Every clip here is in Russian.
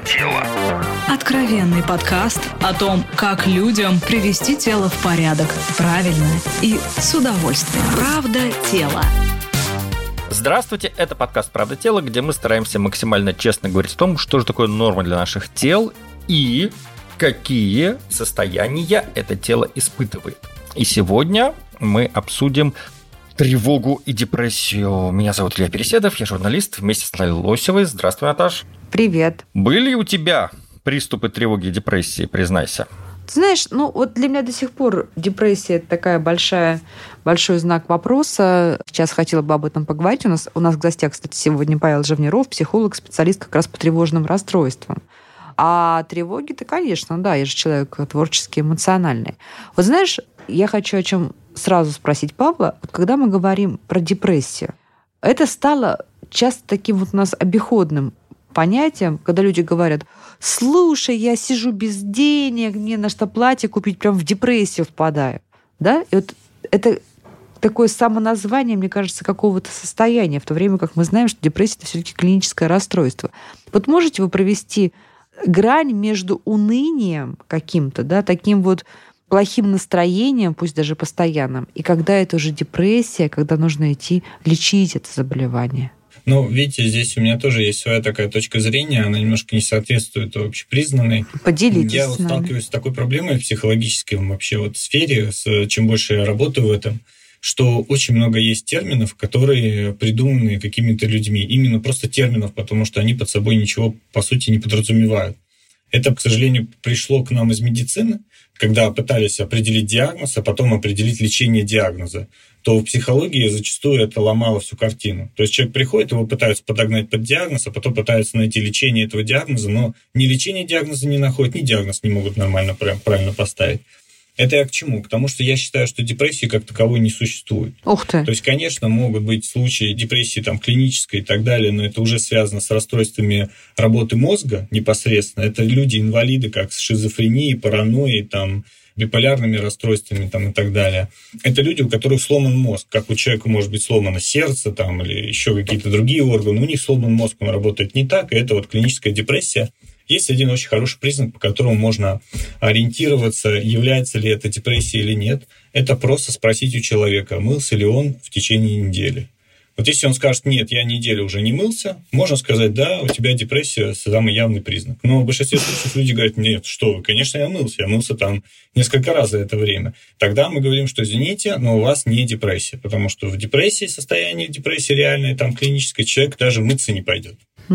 тело». Откровенный подкаст о том, как людям привести тело в порядок правильно и с удовольствием. Правда тела. Здравствуйте, это подкаст «Правда тела», где мы стараемся максимально честно говорить о том, что же такое норма для наших тел и какие состояния это тело испытывает. И сегодня мы обсудим тревогу и депрессию. Меня зовут Илья Переседов, я журналист вместе с Натальей Лосевой. Здравствуй, Наташ. Привет. Были у тебя приступы тревоги и депрессии, признайся? Ты знаешь, вот для меня до сих пор депрессия – это такая большой знак вопроса. Сейчас хотела бы об этом поговорить. У нас в гостях, кстати, сегодня Павел Живниров, психолог, специалист как раз по тревожным расстройствам. А тревоги-то, конечно, да, я же человек творческий, эмоциональный. Вот знаешь, я хочу о чем сразу спросить Павла. Вот когда мы говорим про депрессию, это стало часто таким вот у нас обиходным понятием, когда люди говорят: слушай, я сижу без денег, мне на что платье купить, прям в депрессию впадаю. Да? И вот это такое самоназвание, мне кажется, какого-то состояния, в то время как мы знаем, что депрессия – это все-таки клиническое расстройство. Вот можете вы провести грань между унынием каким-то, да, таким вот плохим настроением, пусть даже постоянным, и когда это уже депрессия, когда нужно идти лечить это заболевание? Видите, здесь у меня тоже есть своя такая точка зрения, она немножко не соответствует общепризнанной. Поделитесь. Я сталкиваюсь с такой проблемой в психологической вообще сфере, чем больше я работаю в этом, что очень много есть терминов, которые придуманы какими-то людьми. Именно просто терминов, потому что они под собой ничего, по сути, не подразумевают. Это, к сожалению, пришло к нам из медицины, когда пытались определить диагноз, а потом определить лечение диагноза. То в психологии зачастую это ломало всю картину. То есть человек приходит, его пытаются подогнать под диагноз, а потом пытаются найти лечение этого диагноза, но ни лечение диагноза не находят, ни диагноз не могут нормально, правильно поставить. Это я к чему? К тому, что я считаю, что депрессии как таковой не существует. Ух ты! То есть, конечно, могут быть случаи депрессии клинической и так далее, но это уже связано с расстройствами работы мозга непосредственно. Это люди-инвалиды, как с шизофренией, паранойей, биполярными расстройствами и так далее. Это люди, у которых сломан мозг. Как у человека может быть сломано сердце или еще какие-то другие органы. У них сломан мозг, он работает не так, и это клиническая депрессия. Есть один очень хороший признак, по которому можно ориентироваться, является ли это депрессия или нет. Это просто спросить у человека, мылся ли он в течение недели. Если он скажет: нет, я неделю уже не мылся, можно сказать: да, у тебя депрессия, самый явный признак. Но в большинстве случаев люди говорят: нет, что вы, конечно, я мылся несколько раз за это время. Тогда мы говорим, что извините, но у вас не депрессия, потому что в депрессии, состоянии депрессии реальной, клинической, человек даже мыться не пойдет.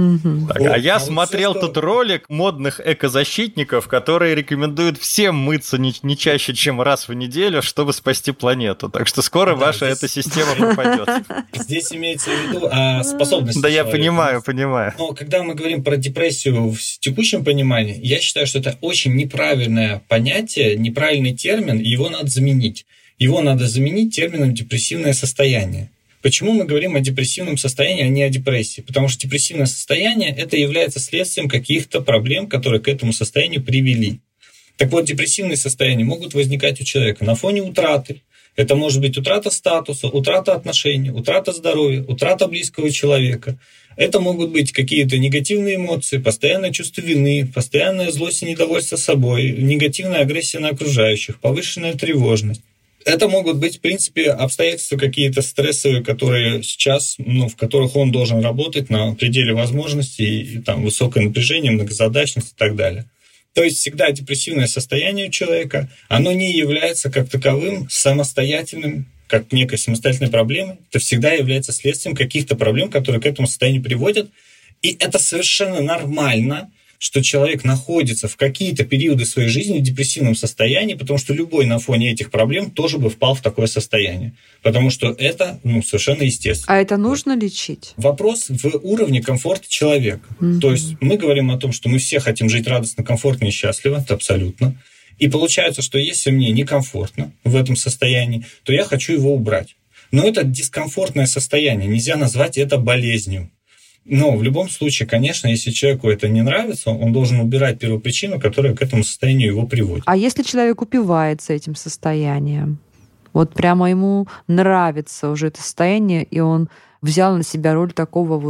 Так, я смотрел тут ролик модных экозащитников, которые рекомендуют всем мыться не чаще, чем раз в неделю, чтобы спасти планету. Так что скоро ваша эта система пропадет. Здесь имеется в виду способность. Да, я понимаю. Но когда мы говорим про депрессию в текущем понимании, я считаю, что это очень неправильное понятие, неправильный термин, и его надо заменить. Его надо заменить термином депрессивное состояние. Почему мы говорим о депрессивном состоянии, а не о депрессии? Потому что депрессивное состояние – это является следствием каких-то проблем, которые к этому состоянию привели. Так вот, депрессивные состояния могут возникать у человека на фоне утраты. Это может быть утрата статуса, утрата отношений, утрата здоровья, утрата близкого человека. Это могут быть какие-то негативные эмоции, постоянное чувство вины, постоянная злость и недовольство собой, негативная агрессия на окружающих, повышенная тревожность. Это могут быть, в принципе, обстоятельства какие-то стрессовые, которые сейчас, в которых он должен работать на пределе возможностей, высокое напряжение, многозадачность и так далее. То есть всегда депрессивное состояние у человека, оно не является как таковым самостоятельным, как некой самостоятельной проблемой. Это всегда является следствием каких-то проблем, которые к этому состоянию приводят. И это совершенно нормально, что человек находится в какие-то периоды своей жизни в депрессивном состоянии, потому что любой на фоне этих проблем тоже бы впал в такое состояние. Потому что это совершенно естественно. А это нужно лечить? Вопрос в уровне комфорта человека. То есть мы говорим о том, что мы все хотим жить радостно, комфортно и счастливо, это абсолютно. И получается, что если мне некомфортно в этом состоянии, то я хочу его убрать. Но это дискомфортное состояние, нельзя назвать это болезнью. Но в любом случае, конечно, если человеку это не нравится, он должен убирать первопричину, которая к этому состоянию его приводит. А если человек упивается этим состоянием? Вот прямо ему нравится уже это состояние, и он взял на себя роль такого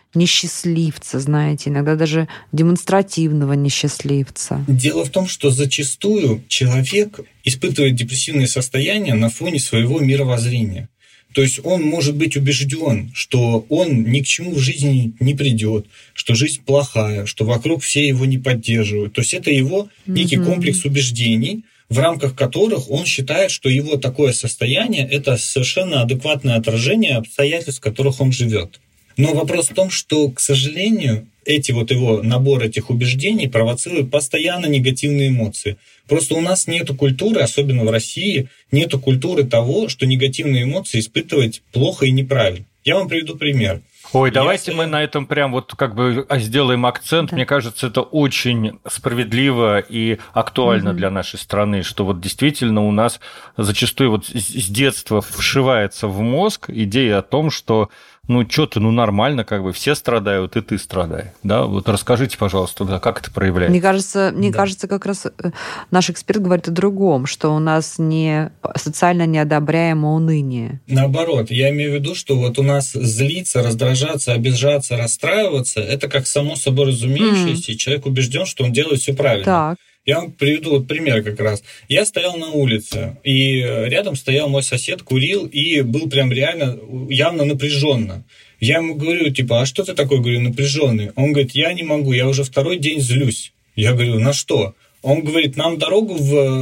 несчастливца, знаете, иногда даже демонстративного несчастливца. Дело в том, что зачастую человек испытывает депрессивные состояния на фоне своего мировоззрения. То есть он может быть убежден, что он ни к чему в жизни не придет, что жизнь плохая, что вокруг все его не поддерживают. То есть это его некий комплекс убеждений, в рамках которых он считает, что его такое состояние – это совершенно адекватное отражение обстоятельств, в которых он живет. Но вопрос в том, что, к сожалению, его набор этих убеждений провоцирует постоянно негативные эмоции. Просто у нас нету культуры, особенно в России, нету культуры того, что негативные эмоции испытывать плохо и неправильно. Я вам приведу пример. Давайте мы на этом прям сделаем акцент. Да. Мне кажется, это очень справедливо и актуально для нашей страны, что действительно у нас зачастую с детства вшивается в мозг идея о том, что нормально, все страдают, и ты страдай. Да? Расскажите, пожалуйста, как это проявляется? Мне кажется, как раз наш эксперт говорит о другом, что у нас не социально неодобряемо уныние. Наоборот, я имею в виду, что у нас злиться, раздражаться, обижаться, расстраиваться, это как само собой разумеющееся, и человек убежден, что он делает все правильно. Так. Я вам приведу пример как раз. Я стоял на улице, и рядом стоял мой сосед, курил, и был прям реально явно напряженно. Я ему говорю, а что ты такой, напряженный? Он говорит, я не могу, я уже второй день злюсь. Я говорю, на что? Он говорит, нам дорогу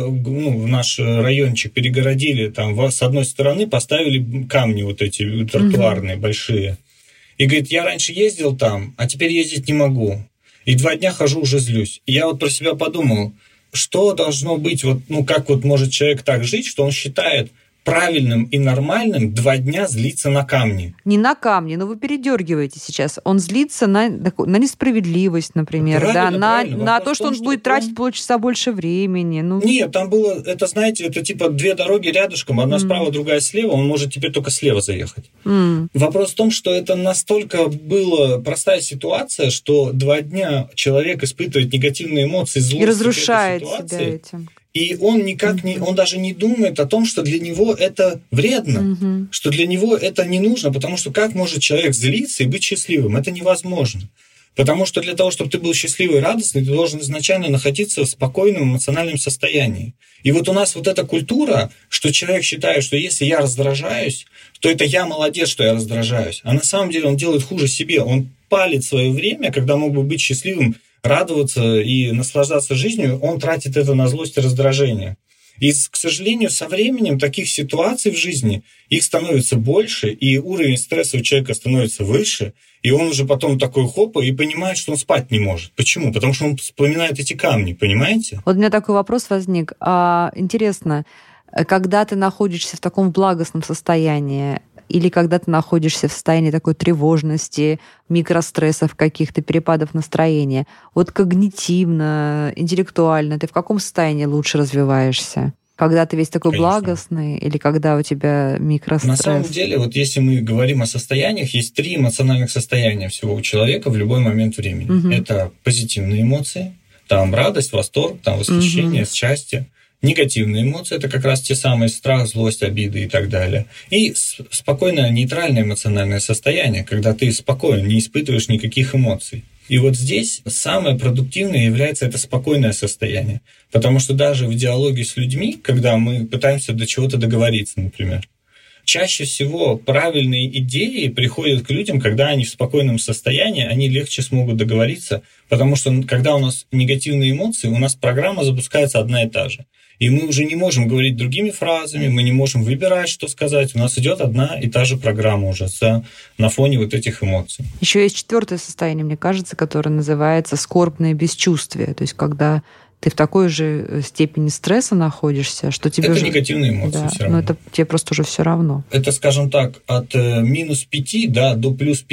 в наш райончик перегородили, с одной стороны поставили камни эти тротуарные большие. И говорит, я раньше ездил там, а теперь ездить не могу. И 2 дня хожу, уже злюсь. И я про себя подумал, что должно быть, как может человек так жить, что он считает правильным и нормальным 2 дня злиться на камни. Не на камни, но вы передергиваете сейчас. Он злится на несправедливость, например, на то, что он будет тратить полчаса больше времени. Нет, там было, это 2 дороги рядышком, одна справа, другая слева, он может теперь только слева заехать. Вопрос в том, что это настолько была простая ситуация, что 2 дня человек испытывает негативные эмоции, злость и разрушает себя этим. И он он даже не думает о том, что для него это вредно, что для него это не нужно, потому что как может человек злиться и быть счастливым? Это невозможно. Потому что для того, чтобы ты был счастливый и радостный, ты должен изначально находиться в спокойном эмоциональном состоянии. И у нас эта культура, что человек считает, что если я раздражаюсь, то это я молодец, что я раздражаюсь. А на самом деле он делает хуже себе. Он палит свое время, когда мог бы быть счастливым, радоваться и наслаждаться жизнью, он тратит это на злость и раздражение. И, к сожалению, со временем таких ситуаций в жизни, их становится больше, и уровень стресса у человека становится выше, и он уже потом такой хопа и понимает, что он спать не может. Почему? Потому что он вспоминает эти камни, понимаете? У меня такой вопрос возник. Интересно, когда ты находишься в таком благостном состоянии, или когда ты находишься в состоянии такой тревожности, микрострессов, каких-то перепадов настроения, когнитивно, интеллектуально, ты в каком состоянии лучше развиваешься? Когда ты весь такой благостный, или когда у тебя микростресс? На самом деле, если мы говорим о состояниях, есть 3 эмоциональных состояния всего у человека в любой момент времени. Это позитивные эмоции, радость, восторг, восхищение, счастье. Негативные эмоции – это как раз те самые страх, злость, обиды и так далее. И спокойное нейтральное эмоциональное состояние, когда ты спокоен, не испытываешь никаких эмоций. И здесь самое продуктивное является это спокойное состояние. Потому что даже в диалоге с людьми, когда мы пытаемся до чего-то договориться, например, чаще всего правильные идеи приходят к людям, когда они в спокойном состоянии, они легче смогут договориться, потому что когда у нас негативные эмоции, у нас программа запускается одна и та же. И мы уже не можем говорить другими фразами, мы не можем выбирать, что сказать. У нас идет одна и та же программа уже на фоне этих эмоций. Еще есть 4-е состояние, мне кажется, которое называется скорбное бесчувствие. То есть когда ты в такой же степени стресса находишься, что тебе это негативные эмоции все равно. Но это тебе просто уже все равно. Это, скажем так, от -5 до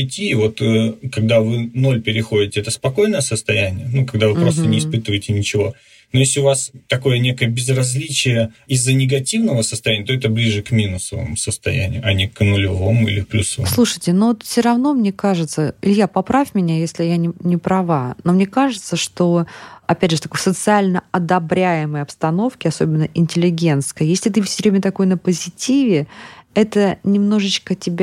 +5, когда вы 0 переходите, это спокойное состояние, когда вы просто не испытываете ничего. Но если у вас такое некое безразличие из-за негативного состояния, то это ближе к минусовому состоянию, а не к нулевому или плюсовому. Слушайте, все равно мне кажется, Илья, поправь меня, если я не права, но мне кажется, что, опять же, в такой социально одобряемой обстановке, особенно интеллигентской, если ты все время такой на позитиве, это немножечко тебя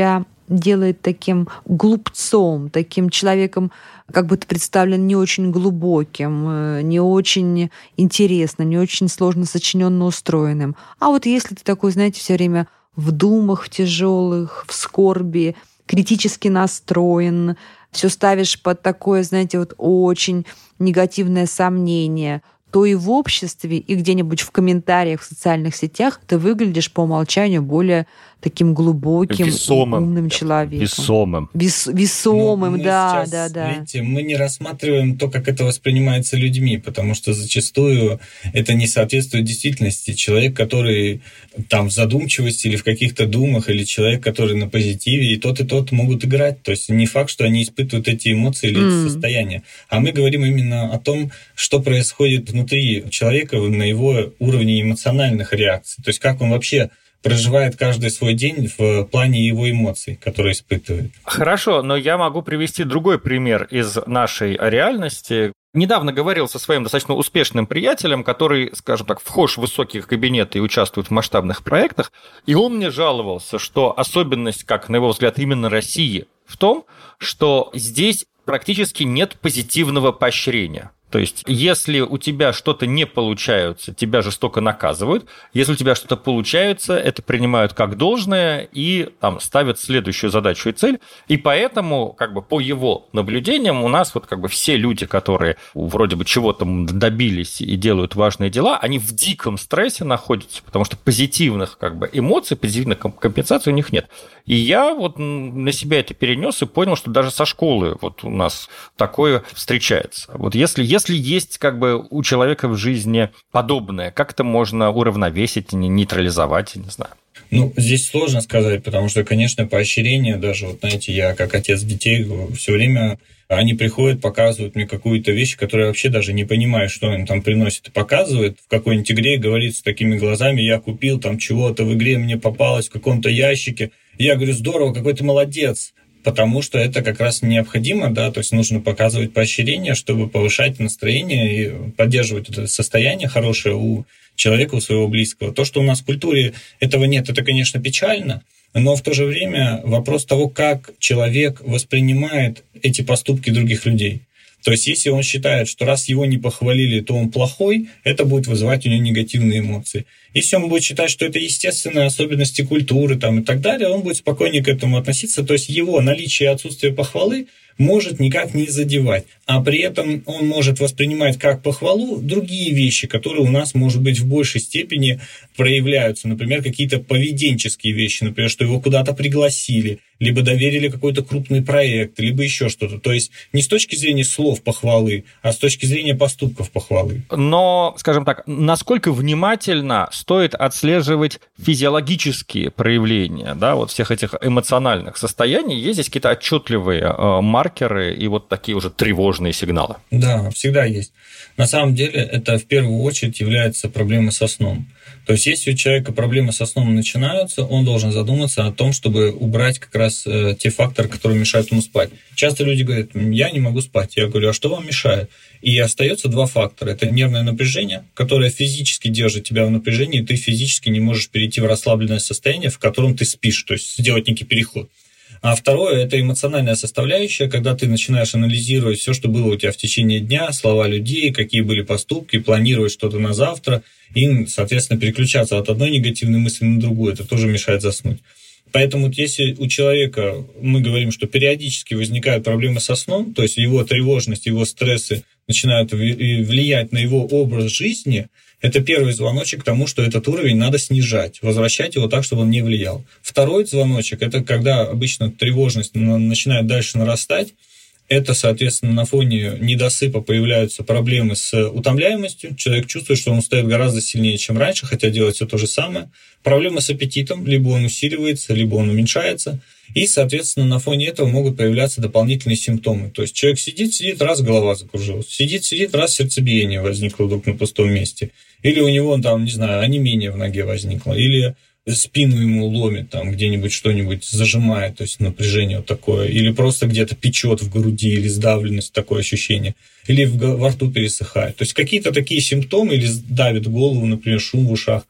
делает таким глупцом, таким человеком, как будто представлен не очень глубоким, не очень интересным, не очень сложно сочиненно устроенным. А вот если ты такой, знаете, все время в думах тяжелых, в скорби, критически настроен, все ставишь под такое, знаете, вот очень негативное сомнение, то и в обществе, и где-нибудь в комментариях в социальных сетях ты выглядишь по умолчанию более таким глубоким, умным человеком. Весомым, да. Видите, мы не рассматриваем то, как это воспринимается людьми, потому что зачастую это не соответствует действительности. Человек, который там в задумчивости или в каких-то думах, или человек, который на позитиве, и тот могут играть. То есть не факт, что они испытывают эти эмоции или эти состояния. А мы говорим именно о том, что происходит внутри человека на его уровне эмоциональных реакций. То есть как он вообще проживает каждый свой день в плане его эмоций, которые испытывает. Хорошо, но я могу привести другой пример из нашей реальности. Недавно говорил со своим достаточно успешным приятелем, который, скажем так, вхож в высокие кабинеты и участвует в масштабных проектах, и он мне жаловался, что особенность, как на его взгляд, именно России в том, что здесь практически нет позитивного поощрения. То есть, если у тебя что-то не получается, тебя жестоко наказывают. Если у тебя что-то получается, это принимают как должное и там, ставят следующую задачу и цель. И поэтому, как бы по его наблюдениям, у нас вот как бы все люди, которые вроде бы чего-то добились и делают важные дела, они в диком стрессе находятся, потому что позитивных как бы эмоций, позитивных компенсаций у них нет. И я вот на себя это перенес и понял, что даже со школы вот у нас такое встречается. Вот если есть как бы у человека в жизни подобное, как это можно уравновесить, нейтрализовать, не знаю. Ну, здесь сложно сказать, потому что, конечно, поощрение, даже, вот знаете, я как отец детей все время, они приходят, показывают мне какую-то вещь, которую я вообще даже не понимаю, что им там приносит, и показывают в какой-нибудь игре, говорит с такими глазами: я купил там чего-то в игре, мне попалось в каком-то ящике. Я говорю: здорово, какой ты молодец. Потому что это как раз необходимо, да, то есть нужно показывать поощрение, чтобы повышать настроение и поддерживать это состояние хорошее у человека, у своего близкого. То, что у нас в культуре этого нет, это, конечно, печально, но в то же время вопрос того, как человек воспринимает эти поступки других людей. То есть если он считает, что раз его не похвалили, то он плохой, это будет вызывать у него негативные эмоции. Если он будет считать, что это естественные особенности культуры там, и так далее, он будет спокойнее к этому относиться. То есть его наличие и отсутствие похвалы может никак не задевать. А при этом он может воспринимать как похвалу другие вещи, которые у нас, может быть, в большей степени проявляются. Например, какие-то поведенческие вещи, например, что его куда-то пригласили, либо доверили какой-то крупный проект, либо еще что-то. То есть не с точки зрения слов похвалы, а с точки зрения поступков похвалы. Но, скажем так, насколько внимательно стоит отслеживать физиологические проявления, да, вот всех этих эмоциональных состояний? Есть здесь какие-то отчетливые маркеры и вот такие уже тревожные сигналы? Да, всегда есть. На самом деле это в первую очередь является проблемой со сном. То есть если у человека проблемы со сном начинаются, он должен задуматься о том, чтобы убрать как раз те факторы, которые мешают ему спать. Часто люди говорят: я не могу спать. Я говорю: а что вам мешает? И остается два фактора. Это нервное напряжение, которое физически держит тебя в напряжении, и ты физически не можешь перейти в расслабленное состояние, в котором ты спишь, то есть сделать некий переход. А второе – это эмоциональная составляющая, когда ты начинаешь анализировать все, что было у тебя в течение дня, слова людей, какие были поступки, планировать что-то на завтра, и, соответственно, переключаться от одной негативной мысли на другую. Это тоже мешает заснуть. Поэтому если у человека, мы говорим, что периодически возникают проблемы со сном, то есть его тревожность, его стрессы начинают влиять на его образ жизни, это первый звоночек к тому, что этот уровень надо снижать, возвращать его так, чтобы он не влиял. Второй звоночек – это когда обычно тревожность начинает дальше нарастать. Это, соответственно, на фоне недосыпа появляются проблемы с утомляемостью. Человек чувствует, что он устает гораздо сильнее, чем раньше, хотя делает все то же самое. Проблемы с аппетитом, либо он усиливается, либо он уменьшается. И, соответственно, на фоне этого могут появляться дополнительные симптомы. То есть человек сидит, раз голова закружилась. Сидит, раз сердцебиение возникло вдруг на пустом месте. Или у него там, не знаю, онемение в ноге возникло. Или спину ему ломит, там где-нибудь что-нибудь зажимает, то есть напряжение вот такое. Или просто где-то печет в груди, или сдавленность, такое ощущение. Или во рту пересыхает. То есть какие-то такие симптомы, или давит голову, например, шум в ушах.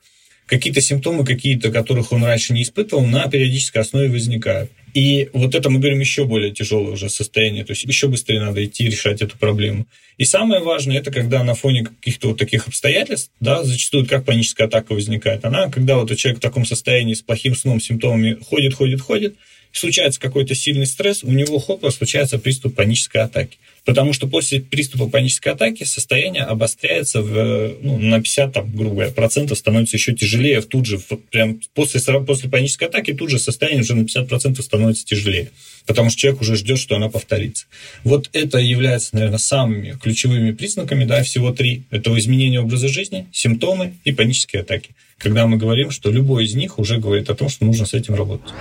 какие-то симптомы, которых он раньше не испытывал, на периодической основе возникают. И вот это мы говорим еще более тяжелое уже состояние, то есть еще быстрее надо идти решать эту проблему. И самое важное, это когда на фоне каких-то вот таких обстоятельств, да, зачастую как паническая атака возникает, когда вот у человека в таком состоянии с плохим сном, симптомами ходит, случается какой-то сильный стресс, у него случается приступ панической атаки. Потому что после приступа панической атаки состояние обостряется на 50%, грубо говоря, процентов, становится еще тяжелее. Тут же, прям после панической атаки, тут же состояние уже на 50% становится тяжелее. Потому что человек уже ждет, что она повторится. Вот это является, наверное, самыми ключевыми признаками, да, всего 3. Это изменение образа жизни, симптомы и панические атаки. Когда мы говорим, что любой из них уже говорит о том, что нужно с этим работать.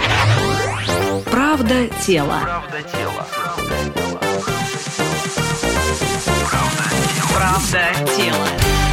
Правда тела. Правда тела.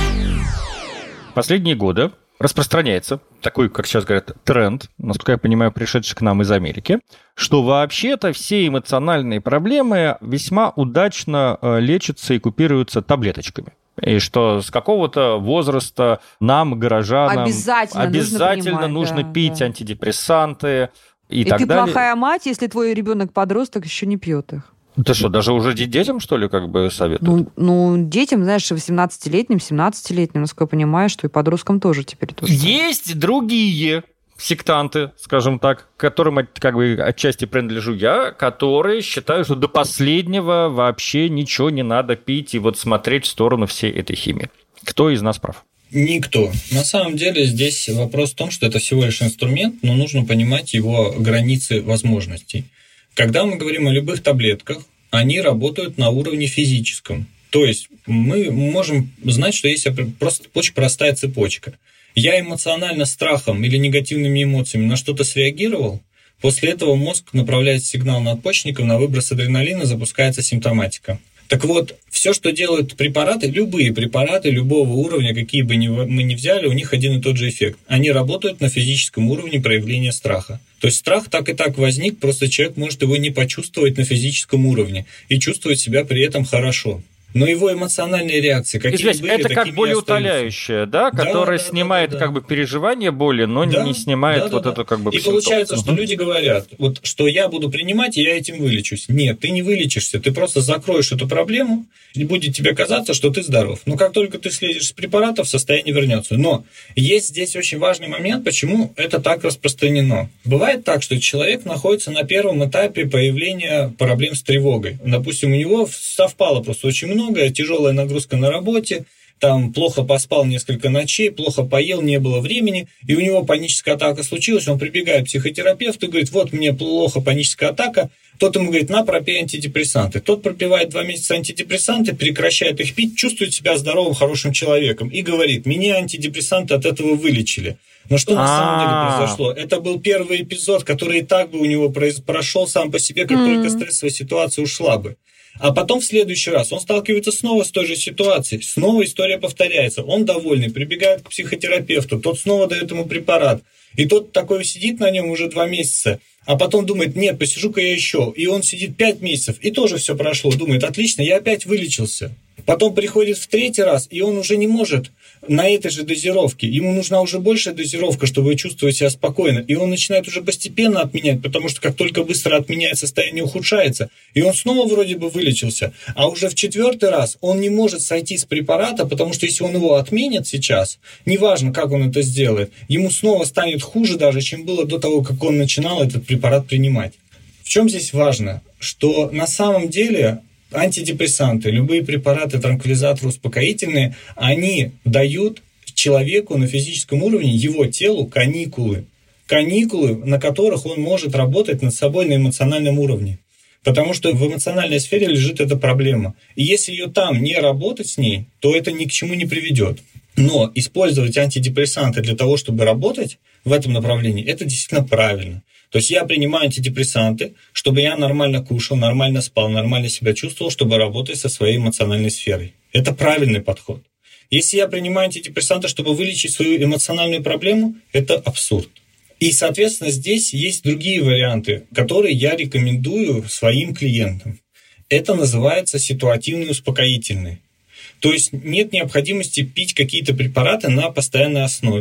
Последние годы распространяется такой, как сейчас говорят, тренд, насколько я понимаю, пришедший к нам из Америки, что вообще-то все эмоциональные проблемы весьма удачно лечатся и купируются таблеточками. И что с какого-то возраста нам, горожанам, обязательно нужно пить антидепрессанты и так далее. И ты плохая мать, если твой ребенок-подросток еще не пьет их. Ты что, даже уже детям, что ли, как бы советуют? Детям, знаешь, 18-летним, 17-летним, насколько я понимаю, что и подросткам тоже теперь тоже. Есть другие сектанты, скажем так, к которым как бы отчасти принадлежу я, которые считают, что до последнего вообще ничего не надо пить и вот смотреть в сторону всей этой химии. Кто из нас прав? Никто. На самом деле здесь вопрос в том, что это всего лишь инструмент, но нужно понимать его границы возможностей. Когда мы говорим о любых таблетках, они работают на уровне физическом. То есть мы можем знать, что есть просто очень простая цепочка. Я эмоционально страхом или негативными эмоциями на что-то среагировал, после этого мозг направляет сигнал надпочечников на выброс адреналина, запускается симптоматика. Так вот, все, что делают препараты, любые препараты любого уровня, какие бы мы ни взяли, у них один и тот же эффект. Они работают на физическом уровне проявления страха. То есть страх так и так возник, просто человек может его не почувствовать на физическом уровне и чувствовать себя при этом хорошо. Но его эмоциональные реакции, какие были, это как болеутоляющее, да, которое снимает как бы переживание боли, но не снимает эту как бы... И получается, что люди говорят, вот, что я буду принимать, и я этим вылечусь. Нет, ты не вылечишься, ты просто закроешь эту проблему, и будет тебе казаться, что ты здоров. Но как только ты слезешь с препаратов, состояние вернется. Но есть здесь очень важный момент, почему это так распространено. Бывает так, что человек находится на первом этапе появления проблем с тревогой. Допустим, у него совпало просто очень много, тяжелая нагрузка на работе, там плохо поспал несколько ночей, плохо поел, не было времени, и у него паническая атака случилась, он прибегает к психотерапевту и говорит, вот мне плохо, паническая атака, тот ему говорит, на, пропей антидепрессанты. Тот пропивает 2 месяца антидепрессанты, прекращает их пить, чувствует себя здоровым, хорошим человеком и говорит, меня антидепрессанты от этого вылечили. Но что на самом деле произошло? Это был первый эпизод, который и так бы у него прошел сам по себе, как только стрессовая ситуация ушла бы. А потом в следующий раз он сталкивается снова с той же ситуацией, снова история повторяется, он довольный, прибегает к психотерапевту, тот снова дает ему препарат, и тот такой сидит на нем уже 2 месяца, а потом думает, нет, посижу-ка я еще, и он сидит 5 месяцев, и тоже все прошло, думает, отлично, я опять вылечился. Потом приходит в 3-й раз, и он уже не может на этой же дозировке. Ему нужна уже большая дозировка, чтобы чувствовать себя спокойно. И он начинает уже постепенно отменять, потому что как только быстро отменяет, состояние ухудшается. И он снова вроде бы вылечился. А уже в 4-й раз он не может сойти с препарата, потому что если он его отменит сейчас, неважно, как он это сделает, ему снова станет хуже даже, чем было до того, как он начинал этот препарат принимать. В чем здесь важно? Что на самом деле... Антидепрессанты, любые препараты, транквилизаторы, успокоительные, они дают человеку на физическом уровне, его телу каникулы. Каникулы, на которых он может работать над собой на эмоциональном уровне. Потому что в эмоциональной сфере лежит эта проблема. И если ее там не работать с ней, то это ни к чему не приведет. Но использовать антидепрессанты для того, чтобы работать в этом направлении, это действительно правильно. То есть я принимаю антидепрессанты, чтобы я нормально кушал, нормально спал, нормально себя чувствовал, чтобы работать со своей эмоциональной сферой. Это правильный подход. Если я принимаю антидепрессанты, чтобы вылечить свою эмоциональную проблему, это абсурд. И, соответственно, здесь есть другие варианты, которые я рекомендую своим клиентам. Это называется ситуативные успокоительные. То есть нет необходимости пить какие-то препараты на постоянной основе.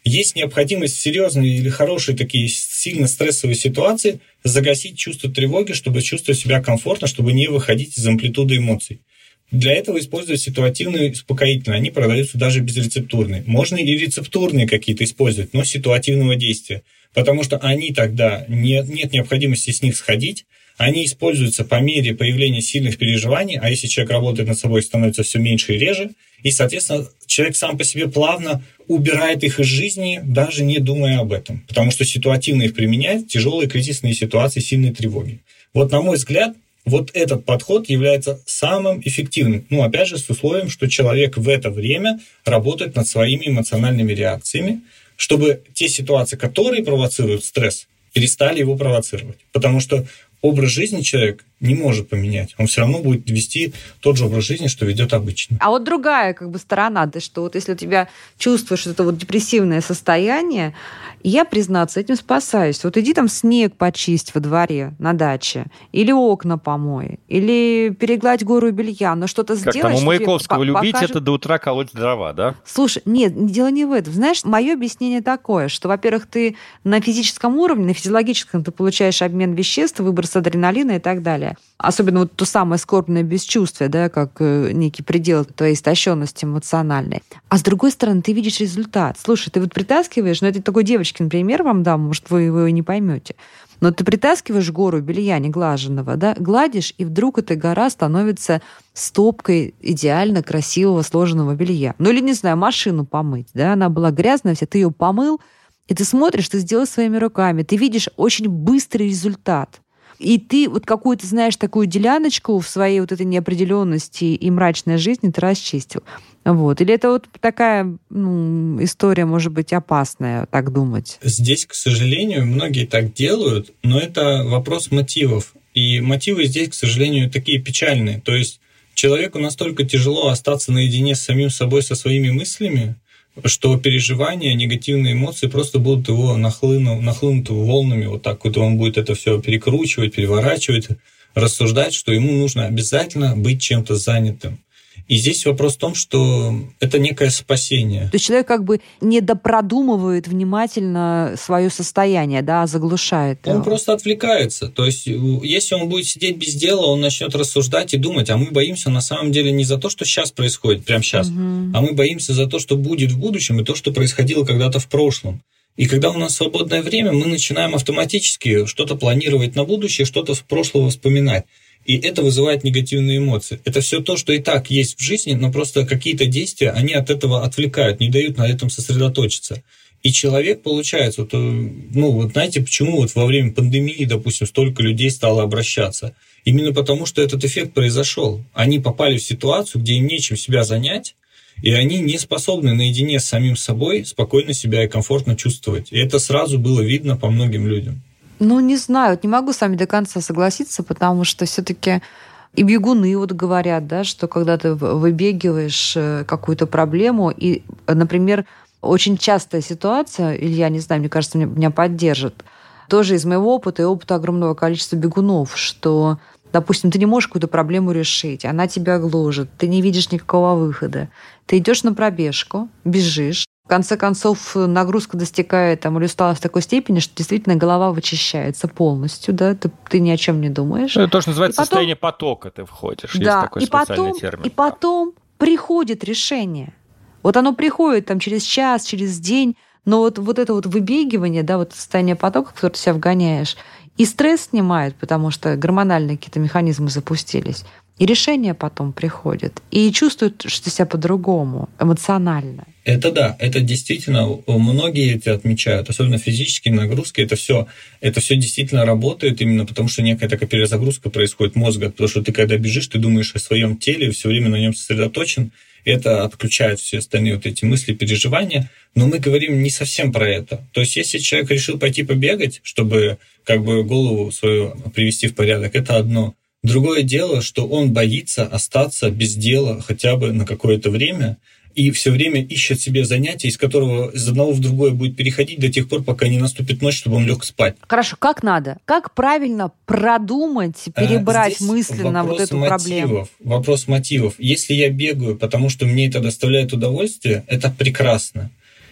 есть необходимость в серьезной или хорошей такие сильно стрессовые ситуации загасить чувство тревоги, чтобы чувствовать себя комфортно, чтобы не выходить из амплитуды эмоций. Для этого используют ситуативные успокоительные. Они продаются даже безрецептурные. Можно и рецептурные какие-то использовать, но ситуативного действия. Потому что они тогда нет необходимости с них сходить. Они используются по мере появления сильных переживаний, а если человек работает над собой, становится все меньше и реже. И, соответственно, человек сам по себе плавно убирает их из жизни, даже не думая об этом. Потому что ситуативно их применяет в тяжелые кризисные ситуации, сильной тревоги. Вот, на мой взгляд, вот этот подход является самым эффективным. Опять же, с условием, что человек в это время работает над своими эмоциональными реакциями, чтобы те ситуации, которые провоцируют стресс, перестали его провоцировать. Потому что образ жизни человек не может поменять. Он все равно будет вести тот же образ жизни, что ведет обычно. А вот другая сторона, что вот если у тебя чувствуешь это вот депрессивное состояние, я, признаться, этим спасаюсь. Вот иди там снег почисть во дворе на даче, или окна помой, или перегладь гору белья, но что-то сделай. Как там у Маяковского любить это до утра колоть дрова, да? Слушай, нет, дело не в этом. Знаешь, мое объяснение такое, что, во-первых, ты на физическом уровне, на физиологическом ты получаешь обмен веществ, выброс адреналина и так далее. Особенно вот то самое скорбное бесчувствие, да, как некий предел твоей истощенности эмоциональной. А с другой стороны, ты видишь результат. Слушай, ты вот притаскиваешь, это такой девочкин пример вам дам, может, вы его не поймете. Но ты притаскиваешь гору белья неглаженного, да, гладишь, и вдруг эта гора становится стопкой идеально красивого сложенного белья. Или, не знаю, машину помыть, да, она была грязная вся, ты ее помыл, и ты смотришь, ты сделал своими руками, ты видишь очень быстрый результат. И ты вот какую-то, знаешь, такую деляночку в своей вот этой неопределенности и мрачной жизни ты расчистил. Вот. Или это вот такая история, может быть, опасная, так думать? Здесь, к сожалению, многие так делают, но это вопрос мотивов. И мотивы здесь, к сожалению, такие печальные. То есть человеку настолько тяжело остаться наедине с самим собой, со своими мыслями, что переживания, негативные эмоции просто будут его нахлынуты волнами, вот так вот он будет это все перекручивать, переворачивать, рассуждать, что ему нужно обязательно быть чем-то занятым. И здесь вопрос в том, что это некое спасение. То есть человек не допродумывает внимательно свое состояние, да, а заглушает его. Он просто отвлекается. То есть если он будет сидеть без дела, он начнет рассуждать и думать, а мы боимся на самом деле не за то, что сейчас происходит, прямо сейчас, а мы боимся за то, что будет в будущем и то, что происходило когда-то в прошлом. И когда у нас свободное время, мы начинаем автоматически что-то планировать на будущее, что-то с прошлого вспоминать. И это вызывает негативные эмоции. Это все то, что и так есть в жизни, но просто какие-то действия, они от этого отвлекают, не дают на этом сосредоточиться. И человек, получается, знаете, почему во время пандемии, допустим, столько людей стало обращаться? Именно потому, что этот эффект произошел. Они попали в ситуацию, где им нечем себя занять, и они не способны наедине с самим собой спокойно себя и комфортно чувствовать. И это сразу было видно по многим людям. Не знаю, не могу с вами до конца согласиться, потому что все-таки и бегуны говорят, да, что когда ты выбегиваешь какую-то проблему, и, например, очень частая ситуация, Илья, не знаю, мне кажется, меня поддержит, тоже из моего опыта и опыта огромного количества бегунов, что, допустим, ты не можешь какую-то проблему решить, она тебя гложет, ты не видишь никакого выхода, ты идешь на пробежку, бежишь, в конце концов, нагрузка достигает или усталость в такой степени, что действительно голова вычищается полностью, да, ты ни о чем не думаешь. Это то, что называется состояние потока, ты входишь, да, есть такой специальный термин. И потом приходит решение. Вот оно приходит через час, через день, но вот это выбегивание, да, состояние потока, в которое ты себя вгоняешь, и стресс снимает, потому что гормональные какие-то механизмы запустились. И решение потом приходит. И чувствуют, что себя по-другому, эмоционально. Это да, это действительно, многие это отмечают, особенно физические нагрузки, это все действительно работает, именно потому что некая такая перезагрузка происходит мозга, потому что ты когда бежишь, ты думаешь о своем теле, все время на нем сосредоточен, это отключает все остальные эти мысли, переживания, но мы говорим не совсем про это. То есть если человек решил пойти побегать, чтобы голову свою привести в порядок, это одно. Другое дело, что он боится остаться без дела хотя бы на какое-то время и все время ищет себе занятие, из которого из одного в другое будет переходить до тех пор, пока не наступит ночь, чтобы он лег спать. Хорошо, как надо? Как правильно продумать, перебрать мысленно эту проблему? Вопрос мотивов. Если я бегаю, потому что мне это доставляет удовольствие, это прекрасно.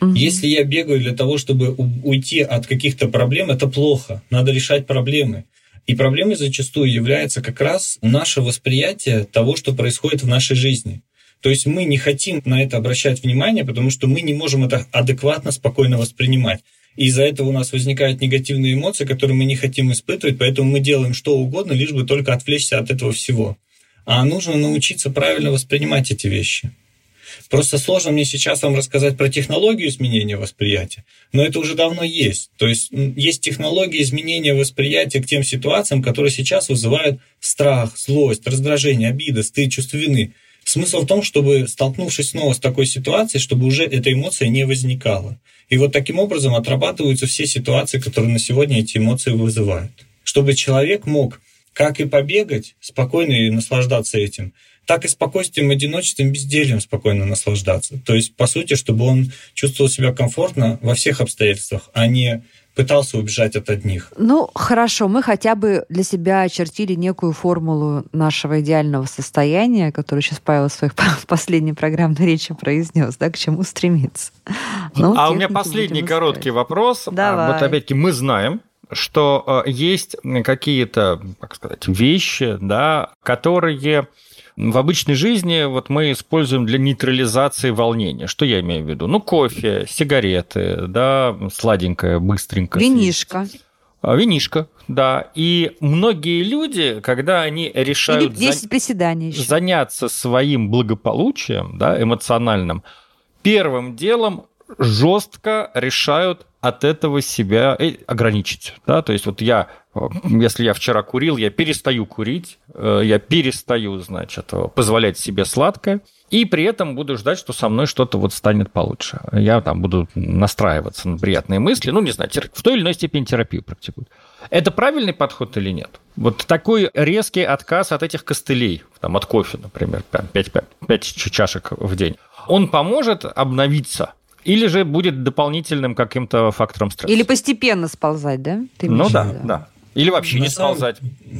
Если я бегаю для того, чтобы уйти от каких-то проблем, это плохо. Надо решать проблемы. И проблемой зачастую является как раз наше восприятие того, что происходит в нашей жизни. То есть мы не хотим на это обращать внимание, потому что мы не можем это адекватно, спокойно воспринимать. И из-за этого у нас возникают негативные эмоции, которые мы не хотим испытывать, поэтому мы делаем что угодно, лишь бы только отвлечься от этого всего. А нужно научиться правильно воспринимать эти вещи. Просто сложно мне сейчас вам рассказать про технологию изменения восприятия, но это уже давно есть. То есть есть технология изменения восприятия к тем ситуациям, которые сейчас вызывают страх, злость, раздражение, обида, стыд, чувство вины. Смысл в том, чтобы, столкнувшись снова с такой ситуацией, чтобы уже эта эмоция не возникала. И вот таким образом отрабатываются все ситуации, которые на сегодня эти эмоции вызывают. Чтобы человек мог как и побегать спокойно и наслаждаться этим, так и спокойствием, одиночеством, бездельем спокойно наслаждаться. То есть, по сути, чтобы он чувствовал себя комфортно во всех обстоятельствах, а не пытался убежать от одних. Ну, хорошо, мы хотя бы для себя очертили некую формулу нашего идеального состояния, которую сейчас Павел в своей последней программной речи произнес, да, к чему стремиться. Ну, у меня последний короткий вопрос. Давай. Вот опять-таки мы знаем, что есть какие-то, как сказать, вещи, да, которые в обычной жизни вот мы используем для нейтрализации волнения. Что я имею в виду? Ну, кофе, сигареты, да, сладенькое, быстренько. Винишко. Винишко, да. И многие люди, когда они решают 10 приседаний еще. Заняться своим благополучием, да, эмоциональным, первым делом жестко решают от этого себя ограничить. Да? То есть вот если я вчера курил, я перестаю курить, я перестаю, значит, позволять себе сладкое, и при этом буду ждать, что со мной что-то вот станет получше. Я там буду настраиваться на приятные мысли, ну, не знаю, в той или иной степени терапию практикую. Это правильный подход или нет? Вот такой резкий отказ от этих костылей, там, от кофе, например, 5 чашек в день, он поможет обновиться? Или же будет дополнительным каким-то фактором стресса? Или постепенно сползать, да? Ну да. Или вообще не сползать.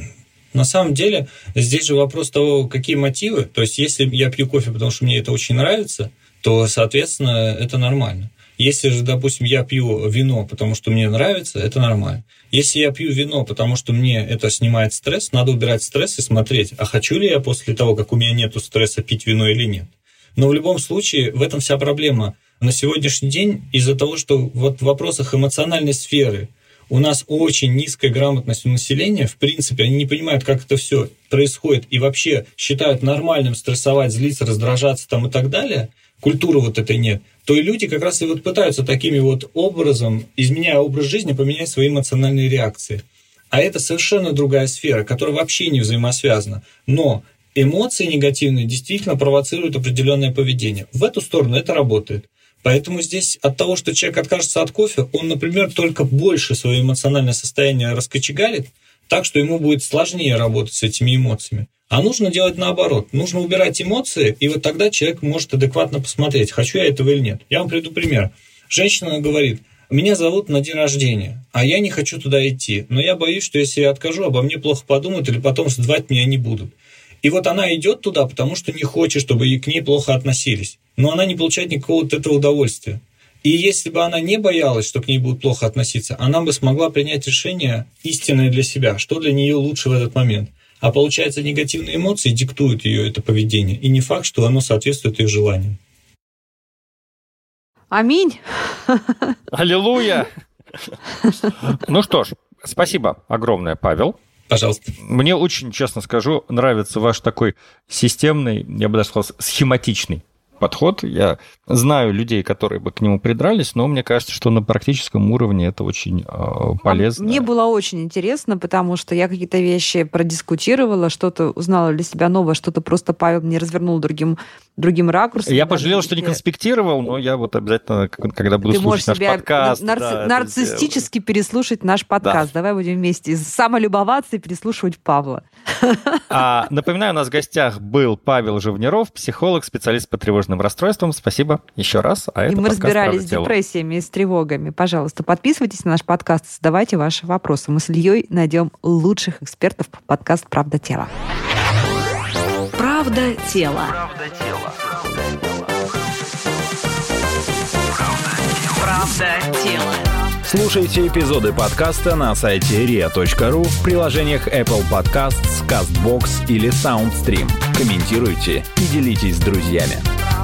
На самом деле, здесь же вопрос того, какие мотивы. То есть, если я пью кофе, потому что мне это очень нравится, то, соответственно, это нормально. Если же, допустим, я пью вино, потому что мне нравится, это нормально. Если я пью вино, потому что мне это снимает стресс, надо убирать стресс и смотреть, а хочу ли я после того, как у меня нету стресса, пить вино или нет. Но в любом случае, в этом вся проблема. На сегодняшний день из-за того, что вот в вопросах эмоциональной сферы у нас очень низкая грамотность у населения, в принципе, они не понимают, как это все происходит, и вообще считают нормальным стрессовать, злиться, раздражаться там и так далее, культуры вот этой нет, то и люди как раз и вот пытаются такими вот образом, изменяя образ жизни, поменять свои эмоциональные реакции. А это совершенно другая сфера, которая вообще не взаимосвязана. Но эмоции негативные действительно провоцируют определенное поведение. В эту сторону это работает. Поэтому здесь от того, что человек откажется от кофе, он, например, только больше свое эмоциональное состояние раскочегарит, так что ему будет сложнее работать с этими эмоциями. А нужно делать наоборот. Нужно убирать эмоции, и вот тогда человек может адекватно посмотреть, хочу я этого или нет. Я вам приведу пример. Женщина говорит, меня зовут на день рождения, а я не хочу туда идти, но я боюсь, что если я откажу, обо мне плохо подумают или потом звать меня не будут. И вот она идет туда, потому что не хочет, чтобы к ней плохо относились. Но она не получает никакого от этого удовольствия. И если бы она не боялась, что к ней будут плохо относиться, она бы смогла принять решение истинное для себя, что для нее лучше в этот момент. А получается, негативные эмоции диктуют ее это поведение. И не факт, что оно соответствует ее желаниям. Аминь. Аллилуйя. Ну что ж, спасибо огромное, Павел. Пожалуйста. Мне очень, честно скажу, нравится ваш такой системный, я бы даже сказал, схематичный подход. Я знаю людей, которые бы к нему придрались, но мне кажется, что на практическом уровне это очень полезно. Мне было очень интересно, потому что я какие-то вещи продискутировала, что-то узнала для себя новое, что-то просто Павел мне развернул другим ракурсом. Я пожалел, что не конспектировал, но я вот обязательно, когда буду слушать наш подкаст... нарциссически переслушать наш подкаст. Да. Давай будем вместе самолюбоваться и переслушивать Павла. Напоминаю, у нас в гостях был Павел Живниров, психолог, специалист по тревожным расстройствам. Спасибо еще раз. И мы разбирались с депрессиями и с тревогами. Пожалуйста, подписывайтесь на наш подкаст, задавайте ваши вопросы. Мы с Ильей найдем лучших экспертов по подкасту «Правда тела». Правда тела. Правда тело. Слушайте эпизоды подкаста на сайте ria.ru, в приложениях Apple Podcasts, CastBox или SoundStream. Комментируйте и делитесь с друзьями.